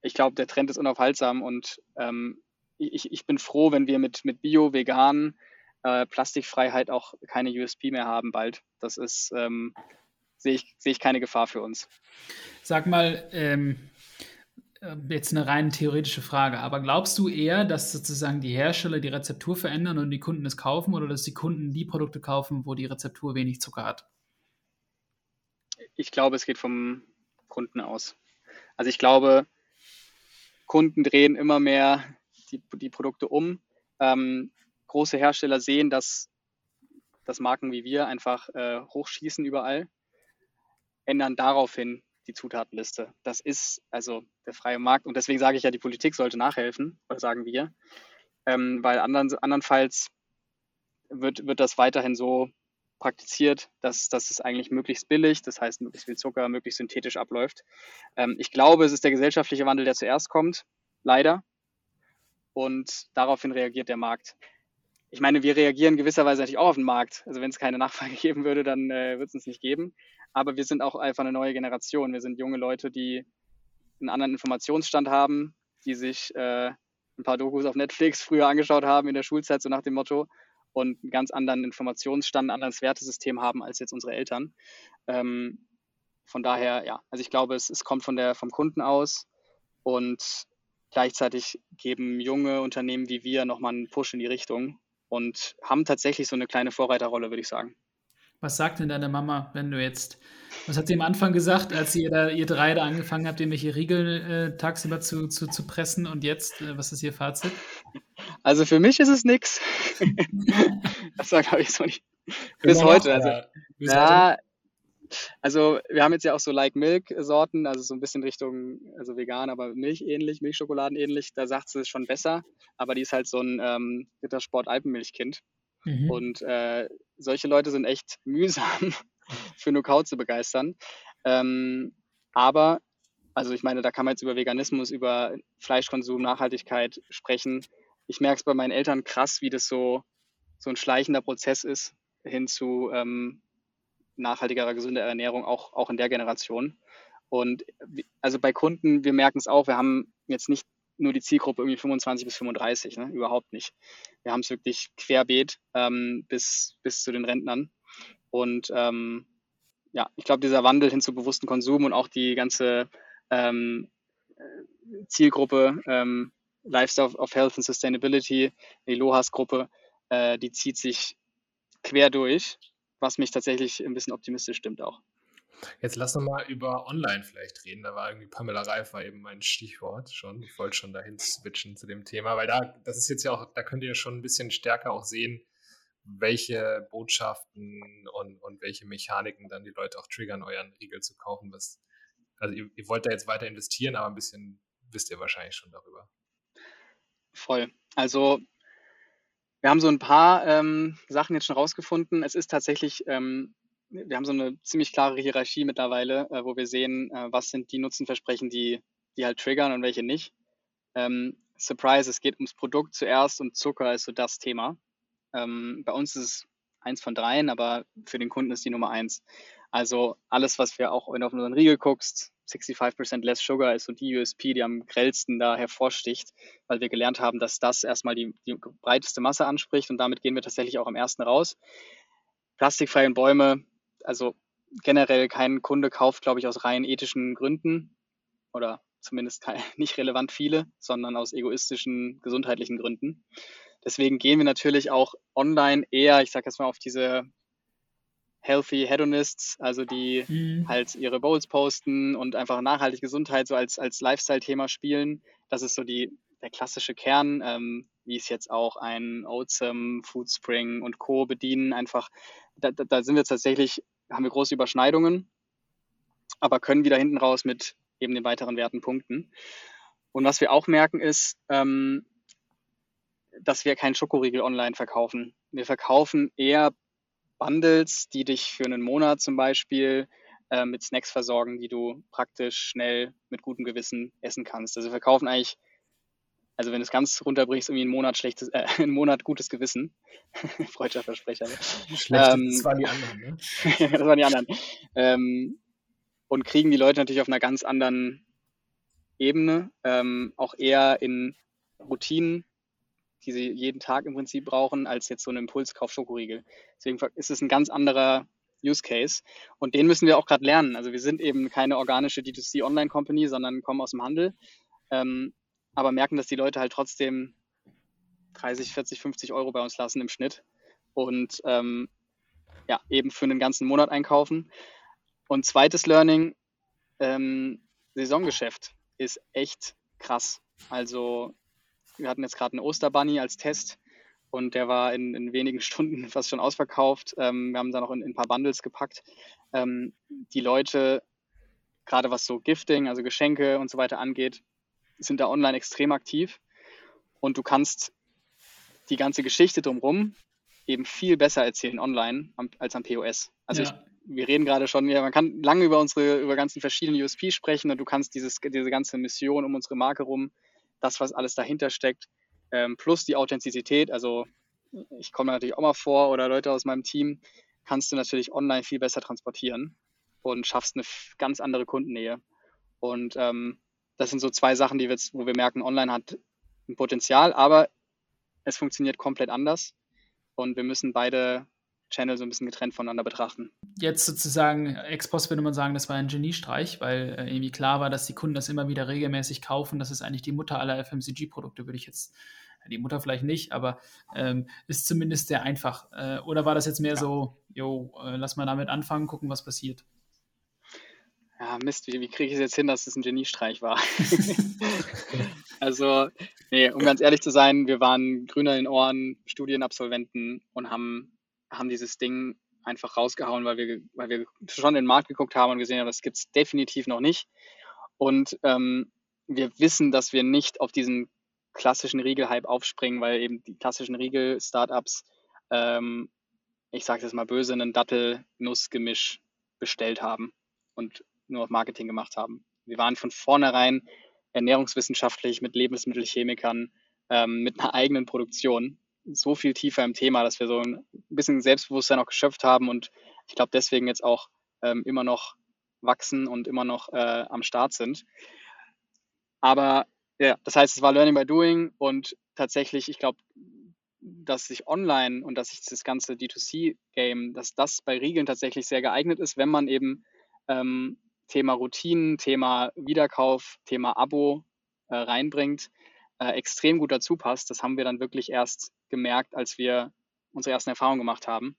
Speaker 3: ich glaube, der Trend ist unaufhaltsam und ich bin froh, wenn wir mit Bio, vegan, Plastikfreiheit auch keine USP mehr haben bald. Das ist, sehe ich keine Gefahr für uns.
Speaker 4: Sag mal, jetzt eine rein theoretische Frage, aber glaubst du eher, dass sozusagen die Hersteller die Rezeptur verändern und die Kunden es kaufen oder dass die Kunden die Produkte kaufen, wo die Rezeptur wenig Zucker hat?
Speaker 3: Ich glaube, es geht vom Kunden aus. Also ich glaube, Kunden drehen immer mehr die Produkte um. Große Hersteller sehen, dass Marken wie wir einfach hochschießen überall, ändern daraufhin die Zutatenliste. Das ist also der freie Markt und deswegen sage ich ja, die Politik sollte nachhelfen, oder sagen wir, weil andernfalls wird das weiterhin so praktiziert, dass es eigentlich möglichst billig, das heißt möglichst viel Zucker, möglichst synthetisch abläuft. Ich glaube, es ist der gesellschaftliche Wandel, der zuerst kommt, leider, und daraufhin reagiert der Markt. Ich meine, wir reagieren gewisserweise natürlich auch auf den Markt. Also wenn es keine Nachfrage geben würde, dann wird es uns nicht geben. Aber wir sind auch einfach eine neue Generation. Wir sind junge Leute, die einen anderen Informationsstand haben, die sich ein paar Dokus auf Netflix früher angeschaut haben in der Schulzeit, so nach dem Motto, und einen ganz anderen Informationsstand, ein anderes Wertesystem haben als jetzt unsere Eltern. Von daher, ja, also ich glaube, es kommt vom Kunden aus und gleichzeitig geben junge Unternehmen wie wir nochmal einen Push in die Richtung und haben tatsächlich so eine kleine Vorreiterrolle, würde ich sagen.
Speaker 4: Was sagt denn deine Mama, was hat sie am Anfang gesagt, als ihr drei da angefangen habt, irgendwelche Riegel tagsüber zu pressen und jetzt, was ist ihr Fazit?
Speaker 3: Also für mich ist es nix. Das war, glaube ich, so nicht. Bis heute. Also wir haben jetzt ja auch so Like-Milk-Sorten, also so ein bisschen Richtung, also vegan, aber Milchschokoladen ähnlich. Da sagt sie es schon besser, aber die ist halt so ein Rittersport-Alpenmilchkind. Und solche Leute sind echt mühsam für Know-how zu begeistern. Aber, also ich meine, da kann man jetzt über Veganismus, über Fleischkonsum, Nachhaltigkeit sprechen. Ich merke es bei meinen Eltern krass, wie das so ein schleichender Prozess ist hin zu nachhaltigerer, gesünder Ernährung, auch in der Generation. Und also bei Kunden, wir merken es auch, wir haben jetzt nicht nur die Zielgruppe irgendwie 25 bis 35, ne? Überhaupt nicht. Wir haben es wirklich querbeet bis zu den Rentnern. Und ja, ich glaube, dieser Wandel hin zu bewussten Konsum und auch die ganze Zielgruppe Lifestyle of Health and Sustainability, die LOHAS-Gruppe, die zieht sich quer durch, was mich tatsächlich ein bisschen optimistisch stimmt auch.
Speaker 1: Jetzt lass uns mal über Online vielleicht reden. Da war irgendwie Pamela Reif war eben mein Stichwort schon. Ich wollte schon dahin switchen zu dem Thema, weil das ist jetzt ja auch, da könnt ihr schon ein bisschen stärker auch sehen, welche Botschaften und welche Mechaniken dann die Leute auch triggern, euren Riegel zu kaufen. Also ihr wollt da jetzt weiter investieren, aber ein bisschen wisst ihr wahrscheinlich schon darüber.
Speaker 3: Voll. Also wir haben so ein paar Sachen jetzt schon rausgefunden. Es ist tatsächlich, wir haben so eine ziemlich klare Hierarchie mittlerweile, wo wir sehen, was sind die Nutzenversprechen, die halt triggern und welche nicht. Surprise, es geht ums Produkt zuerst und Zucker ist so das Thema. Bei uns ist es 1 von 3, aber für den Kunden ist die Nummer 1. Also alles, was wir auch, wenn du auf unseren Riegel guckst, 65% less sugar ist so die USP, die am grellsten da hervorsticht, weil wir gelernt haben, dass das erstmal die breiteste Masse anspricht und damit gehen wir tatsächlich auch am ersten raus. Plastikfreie Bäume, also generell kein Kunde kauft, glaube ich, aus rein ethischen Gründen oder zumindest nicht relevant viele, sondern aus egoistischen, gesundheitlichen Gründen. Deswegen gehen wir natürlich auch online eher, ich sage jetzt mal, auf diese Healthy Hedonists, also die halt ihre Bowls posten und einfach nachhaltige Gesundheit so als Lifestyle-Thema spielen. Das ist so der klassische Kern, wie es jetzt auch ein Oatsum, Foodspring und Co. bedienen. Einfach, da sind wir tatsächlich, haben wir große Überschneidungen, aber können wieder hinten raus mit eben den weiteren Werten punkten. Und was wir auch merken ist, dass wir keinen Schokoriegel online verkaufen. Wir verkaufen eher Bundles, die dich für einen Monat zum Beispiel mit Snacks versorgen, die du praktisch schnell mit gutem Gewissen essen kannst. Also wir verkaufen eigentlich, also wenn du es ganz runterbrichst, irgendwie einen Monat gutes Gewissen. Freudscher Versprecher.
Speaker 1: Schlecht, das waren die anderen, ne?
Speaker 3: Das waren die anderen. Und kriegen die Leute natürlich auf einer ganz anderen Ebene, auch eher in Routinen, die sie jeden Tag im Prinzip brauchen, als jetzt so ein Impulskauf Schokoriegel. Deswegen ist es ein ganz anderer Use Case und den müssen wir auch gerade lernen. Also wir sind eben keine organische D2C Online Company, sondern kommen aus dem Handel, aber merken, dass die Leute halt trotzdem 30, 40, 50 Euro bei uns lassen im Schnitt und eben für einen ganzen Monat einkaufen. Und zweites Learning, Saisongeschäft ist echt krass. Also wir hatten jetzt gerade einen Osterbunny als Test und der war in wenigen Stunden fast schon ausverkauft. Wir haben da noch in ein paar Bundles gepackt. Die Leute, gerade was so Gifting, also Geschenke und so weiter angeht, sind da online extrem aktiv und du kannst die ganze Geschichte drumherum eben viel besser erzählen online als am POS. Also wir reden gerade schon, man kann lange über ganzen verschiedenen USP sprechen und du kannst diese ganze Mission um unsere Marke rum, das, was alles dahinter steckt, plus die Authentizität, also ich komme natürlich auch mal vor oder Leute aus meinem Team, kannst du natürlich online viel besser transportieren und schaffst eine ganz andere Kundennähe. Und das sind so zwei Sachen, wo wir merken, online hat ein Potenzial, aber es funktioniert komplett anders und wir müssen beide Channel so ein bisschen getrennt voneinander betrachten.
Speaker 4: Jetzt sozusagen, ex post würde man sagen, das war ein Geniestreich, weil irgendwie klar war, dass die Kunden das immer wieder regelmäßig kaufen. Das ist eigentlich die Mutter aller FMCG-Produkte, würde ich jetzt, die Mutter vielleicht nicht, aber ist zumindest sehr einfach. Oder war das jetzt mehr so, lass mal damit anfangen, gucken, was passiert?
Speaker 3: Ja, Mist, wie kriege ich es jetzt hin, dass es ein Geniestreich war? Also, nee, um ganz ehrlich zu sein, wir waren grüner in den Ohren, Studienabsolventen und haben dieses Ding einfach rausgehauen, weil wir schon in den Markt geguckt haben und gesehen haben, das gibt es definitiv noch nicht. Und wir wissen, dass wir nicht auf diesen klassischen Riegel-Hype aufspringen, weil eben die klassischen Riegel-Startups, ich sage das mal böse, einen Dattel-Nuss-Gemisch bestellt haben und nur auf Marketing gemacht haben. Wir waren von vornherein ernährungswissenschaftlich mit Lebensmittelchemikern, mit einer eigenen Produktion so viel tiefer im Thema, dass wir so ein bisschen Selbstbewusstsein auch geschöpft haben und ich glaube deswegen jetzt auch immer noch wachsen und immer noch am Start sind. Aber ja, das heißt, es war Learning by Doing und tatsächlich, ich glaube, dass sich online und dass sich das ganze D2C-Game, dass das bei Riegeln tatsächlich sehr geeignet ist, wenn man eben Thema Routinen, Thema Wiederkauf, Thema Abo reinbringt, extrem gut dazu passt. Das haben wir dann wirklich erst gemerkt, als wir unsere ersten Erfahrungen gemacht haben.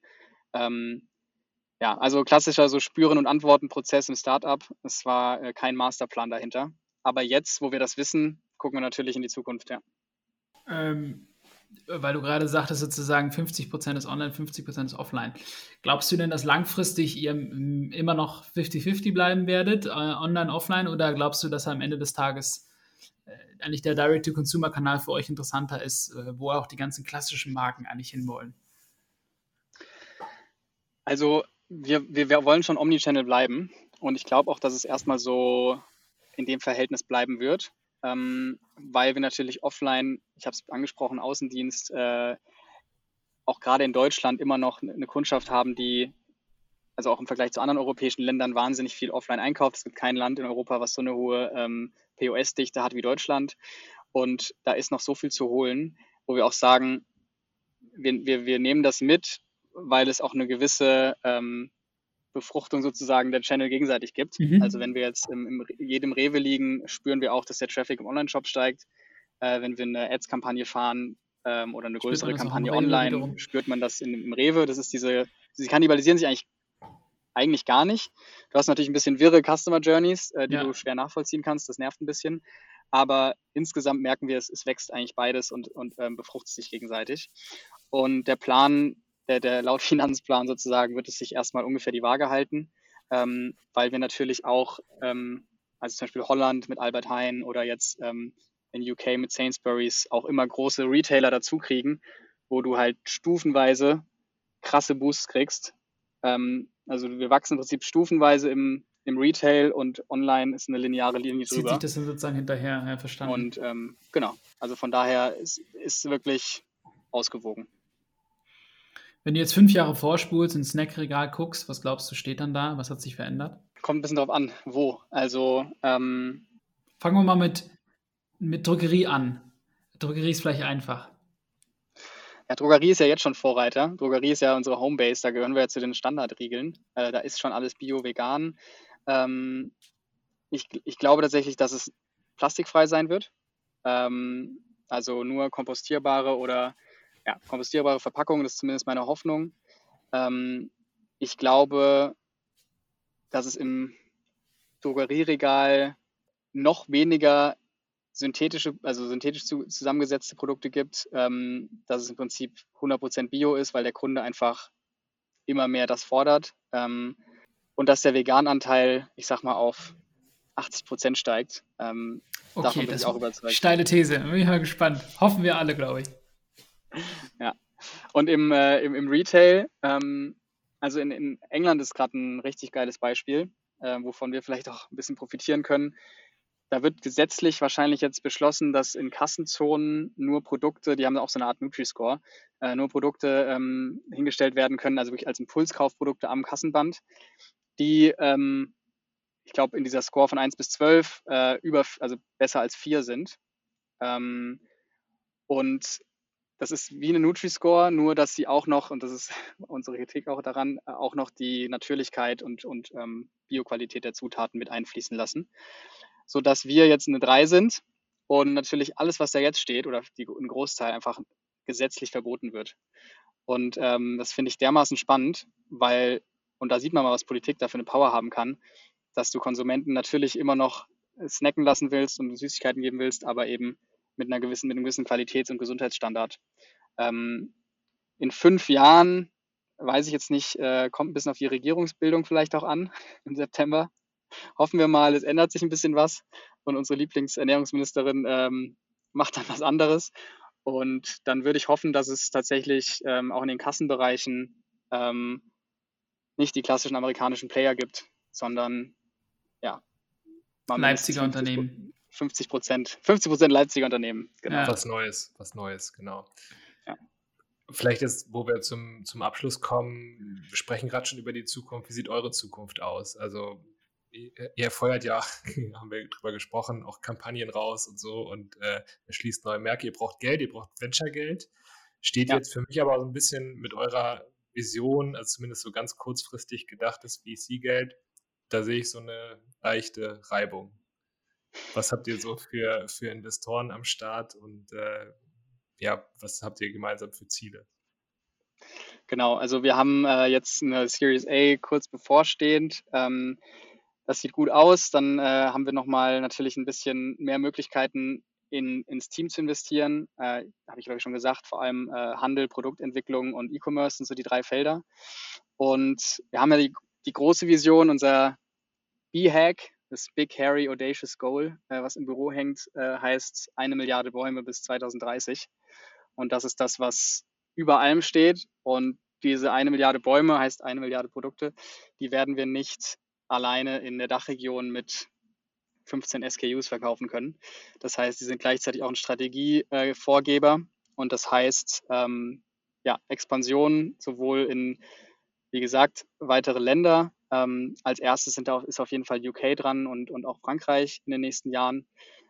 Speaker 3: Also klassischer so Spüren- und Antworten-Prozess im Startup. Es war kein Masterplan dahinter. Aber jetzt, wo wir das wissen, gucken wir natürlich in die Zukunft, ja.
Speaker 4: Weil du gerade sagtest, sozusagen 50% ist online, 50% ist offline. Glaubst du denn, dass langfristig ihr immer noch 50-50 bleiben werdet, online, offline, oder glaubst du, dass am Ende des Tages eigentlich der Direct-to-Consumer-Kanal für euch interessanter ist, wo auch die ganzen klassischen Marken eigentlich hinwollen?
Speaker 3: Also wir wollen schon Omnichannel bleiben und ich glaube auch, dass es erstmal so in dem Verhältnis bleiben wird. Weil wir natürlich offline, ich habe es angesprochen, Außendienst, auch gerade in Deutschland immer noch eine Kundschaft haben, die, also auch im Vergleich zu anderen europäischen Ländern, wahnsinnig viel offline einkauft. Es gibt kein Land in Europa, was so eine hohe POS-Dichte hat wie Deutschland. Und da ist noch so viel zu holen, wo wir auch sagen, wir nehmen das mit, weil es auch eine gewisse Befruchtung sozusagen der Channel gegenseitig gibt. Also wenn wir jetzt in jedem Rewe liegen, spüren wir auch, dass der Traffic im Online-Shop steigt. Wenn wir eine Ads-Kampagne fahren oder eine größere Kampagne online, spürt man das im Rewe. Das ist sie kannibalisieren sich eigentlich gar nicht. Du hast natürlich ein bisschen wirre Customer Journeys, die du schwer nachvollziehen kannst. Das nervt ein bisschen. Aber insgesamt merken wir, es wächst eigentlich beides und befruchtet sich gegenseitig. Und der Plan, der laut Finanzplan sozusagen, wird es sich erstmal ungefähr die Waage halten, weil wir natürlich auch, also zum Beispiel Holland mit Albert Heijn oder jetzt in UK mit Sainsbury's auch immer große Retailer dazu kriegen, wo du halt stufenweise krasse Boosts kriegst. Also wir wachsen im Prinzip stufenweise im Retail und online ist eine lineare Linie drüber.
Speaker 4: Zieht sich das dann sozusagen hinterher, ja, verstanden.
Speaker 3: Und genau, also von daher ist wirklich ausgewogen.
Speaker 4: Wenn du jetzt 5 Jahre vorspulst, ins Snackregal guckst, was glaubst du, steht dann da? Was hat sich verändert?
Speaker 3: Kommt ein bisschen drauf an, wo. Also
Speaker 4: Fangen wir mal mit Drogerie an. Drogerie ist vielleicht einfach.
Speaker 3: Ja, Drogerie ist ja jetzt schon Vorreiter. Drogerie ist ja unsere Homebase, da gehören wir ja zu den Standardriegeln. Da ist schon alles bio, vegan. Ähm, ich glaube tatsächlich, dass es plastikfrei sein wird. Also nur kompostierbare Verpackungen, das ist zumindest meine Hoffnung. Ich glaube, dass es im Drogerieregal noch weniger synthetisch zusammengesetzte Produkte gibt, dass es im Prinzip 100% Bio ist, weil der Kunde einfach immer mehr das fordert, und dass der Vegananteil, ich sag mal, auf 80% steigt. Davon
Speaker 4: Okay,
Speaker 3: bin
Speaker 4: das
Speaker 3: ich auch überzeugt.
Speaker 4: steile These. Bin ich mal gespannt. Hoffen wir alle, glaube ich.
Speaker 3: Ja. Und im Retail, also in England ist gerade ein richtig geiles Beispiel, wovon wir vielleicht auch ein bisschen profitieren können. Da wird gesetzlich wahrscheinlich jetzt beschlossen, dass in Kassenzonen nur Produkte, die haben auch so eine Art Nutri-Score, nur Produkte hingestellt werden können, also wirklich als Impulskaufprodukte am Kassenband, die, ich glaube, in dieser Score von 1 bis 12 also besser als 4 sind. Und das ist wie eine Nutri-Score, nur dass sie auch noch, und das ist unsere Kritik auch daran, auch noch die Natürlichkeit und Bioqualität der Zutaten mit einfließen lassen, sodass wir jetzt eine 3 sind und natürlich alles, was da jetzt steht, oder ein Großteil einfach gesetzlich verboten wird. Und das finde ich dermaßen spannend, und da sieht man mal, was Politik da für eine Power haben kann, dass du Konsumenten natürlich immer noch snacken lassen willst und Süßigkeiten geben willst, aber eben mit einem gewissen Qualitäts- und Gesundheitsstandard. In 5 Jahren, weiß ich jetzt nicht, kommt ein bisschen auf die Regierungsbildung vielleicht auch an im September. Hoffen wir mal, es ändert sich ein bisschen was und unsere Lieblingsernährungsministerin macht dann was anderes. Und dann würde ich hoffen, dass es tatsächlich auch in den Kassenbereichen nicht die klassischen amerikanischen Player gibt, sondern mal
Speaker 4: Leipziger Unternehmen.
Speaker 3: 50% Leipziger Unternehmen, genau.
Speaker 4: Ja.
Speaker 1: Was Neues, genau.
Speaker 3: Ja.
Speaker 1: Vielleicht jetzt, wo wir zum Abschluss kommen, wir sprechen gerade schon über die Zukunft. Wie sieht eure Zukunft aus? Also ihr feuert ja, haben wir drüber gesprochen, auch Kampagnen raus und so und erschließt neue Märkte. Ihr braucht Geld, ihr braucht Venture-Geld. Steht jetzt für mich aber so ein bisschen mit eurer Vision, also zumindest so ganz kurzfristig gedachtes VC-Geld, da sehe ich so eine leichte Reibung. Was habt ihr so für Investoren am Start und was habt ihr gemeinsam für Ziele?
Speaker 3: Genau, also wir haben jetzt eine Series A kurz bevorstehend. Das sieht gut aus. Dann haben wir nochmal natürlich ein bisschen mehr Möglichkeiten, ins Team zu investieren. Habe ich, glaube ich, schon gesagt, vor allem Handel, Produktentwicklung und E-Commerce sind so die 3 Felder. Und wir haben ja die große Vision, unser B-Hack, das Big, Hairy, Audacious Goal, was im Büro hängt, heißt 1 Milliarde Bäume bis 2030. Und das ist das, was über allem steht. Und diese 1 Milliarde Bäume heißt 1 Milliarde Produkte. Die werden wir nicht alleine in der Dachregion mit 15 SKUs verkaufen können. Das heißt, sie sind gleichzeitig auch ein Strategievorgeber. Und das heißt, Expansion sowohl in, wie gesagt, weitere Länder. Als erstes ist auf jeden Fall UK dran und auch Frankreich in den nächsten Jahren.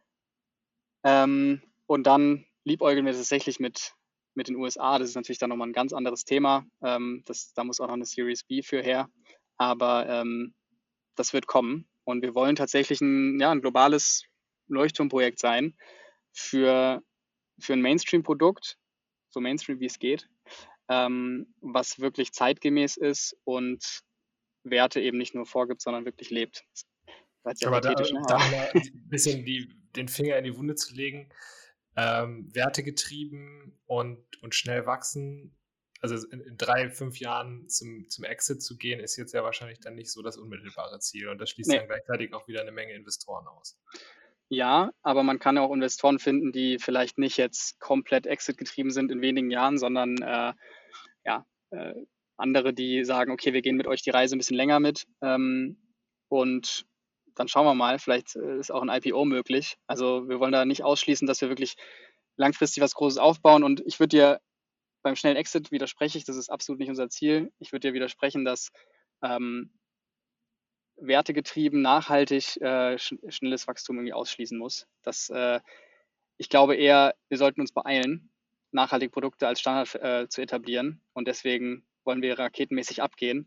Speaker 3: Und dann liebäugeln wir tatsächlich mit den USA. Das ist natürlich dann nochmal ein ganz anderes Thema. Da muss auch noch eine Series B für her. Aber das wird kommen. Und wir wollen tatsächlich ein globales Leuchtturmprojekt sein für ein Mainstream-Produkt, so Mainstream wie es geht, was wirklich zeitgemäß ist und Werte eben nicht nur vorgibt, sondern wirklich lebt.
Speaker 1: Aber da mal ein bisschen den Finger in die Wunde zu legen, wertegetrieben und schnell wachsen, also in 3-5 Jahren zum Exit zu gehen, ist jetzt ja wahrscheinlich dann nicht so das unmittelbare Ziel und das schließt dann gleichzeitig auch wieder eine Menge Investoren aus.
Speaker 3: Ja, aber man kann ja auch Investoren finden, die vielleicht nicht jetzt komplett Exit-getrieben sind in wenigen Jahren, sondern andere, die sagen, okay, wir gehen mit euch die Reise ein bisschen länger mit und dann schauen wir mal, vielleicht ist auch ein IPO möglich. Also wir wollen da nicht ausschließen, dass wir wirklich langfristig was Großes aufbauen und ich würde dir beim schnellen Exit widerspreche ich, das ist absolut nicht unser Ziel. Ich würde dir widersprechen, dass wertegetrieben, nachhaltig schnelles Wachstum irgendwie ausschließen muss. Ich glaube eher, wir sollten uns beeilen, nachhaltige Produkte als Standard zu etablieren. Und deswegen wollen wir raketenmäßig abgehen,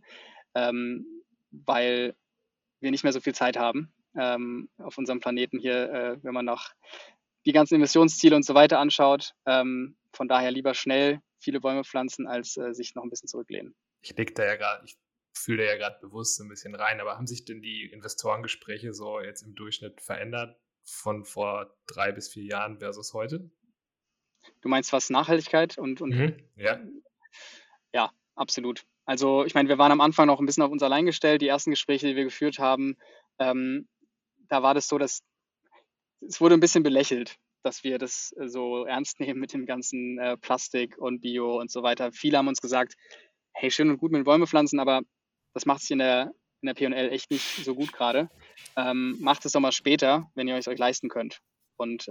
Speaker 3: weil wir nicht mehr so viel Zeit haben auf unserem Planeten hier, wenn man noch die ganzen Emissionsziele und so weiter anschaut. Von daher lieber schnell viele Bäume pflanzen, als sich noch ein bisschen zurücklehnen.
Speaker 1: Ich fühle da ja gerade bewusst ein bisschen rein, aber haben sich denn die Investorengespräche so jetzt im Durchschnitt verändert von vor 3 bis 4 Jahren versus heute?
Speaker 3: Du meinst was Nachhaltigkeit und
Speaker 1: Ja.
Speaker 3: Ja, absolut. Also ich meine, wir waren am Anfang noch ein bisschen auf uns allein gestellt. Die ersten Gespräche, die wir geführt haben, da war das so, dass es wurde ein bisschen belächelt, dass wir das so ernst nehmen mit dem ganzen Plastik und Bio und so weiter. Viele haben uns gesagt, hey, schön und gut mit Bäume pflanzen, aber das macht sich in der P&L echt nicht so gut gerade. Macht es doch mal später, wenn ihr es euch leisten könnt. Und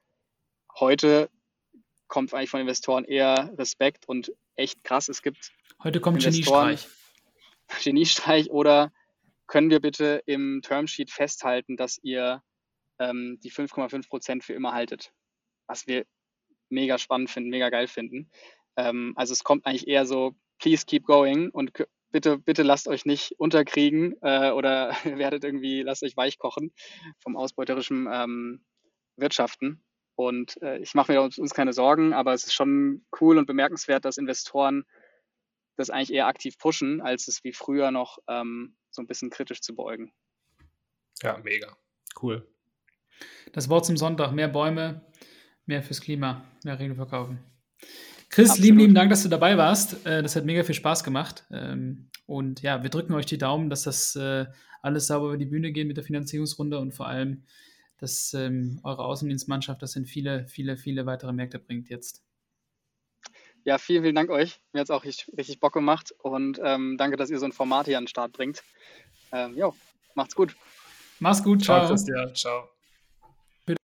Speaker 3: heute kommt eigentlich von Investoren eher Respekt und echt krass. Es gibt
Speaker 4: Heute kommt
Speaker 3: Investoren-
Speaker 4: Geniestreich.
Speaker 3: Geniestreich oder können wir bitte im Termsheet festhalten, dass ihr die 5,5% für immer haltet. Was wir mega spannend finden, mega geil finden. Also es kommt eigentlich eher so, please keep going und bitte lasst euch nicht unterkriegen oder lasst euch weichkochen vom ausbeuterischen Wirtschaften. Und ich mache mir uns keine Sorgen, aber es ist schon cool und bemerkenswert, dass Investoren das eigentlich eher aktiv pushen, als es wie früher noch so ein bisschen kritisch zu beäugen.
Speaker 1: Ja, mega. Cool.
Speaker 4: Das Wort zum Sonntag: mehr Bäume, mehr fürs Klima, mehr Regenwald verkaufen. Chris,
Speaker 3: Absolut.
Speaker 4: lieben Dank, dass du dabei warst. Das hat mega viel Spaß gemacht. Und ja, wir drücken euch die Daumen, dass das alles sauber über die Bühne geht mit der Finanzierungsrunde und vor allem, dass eure Außendienstmannschaft das in viele, viele, viele weitere Märkte bringt jetzt.
Speaker 3: Ja, vielen, vielen Dank euch. Mir hat es auch richtig Bock gemacht und danke, dass ihr so ein Format hier an den Start bringt. Macht's gut.
Speaker 4: Mach's gut,
Speaker 1: Ciao,
Speaker 4: ciao.
Speaker 1: Christian. Ciao.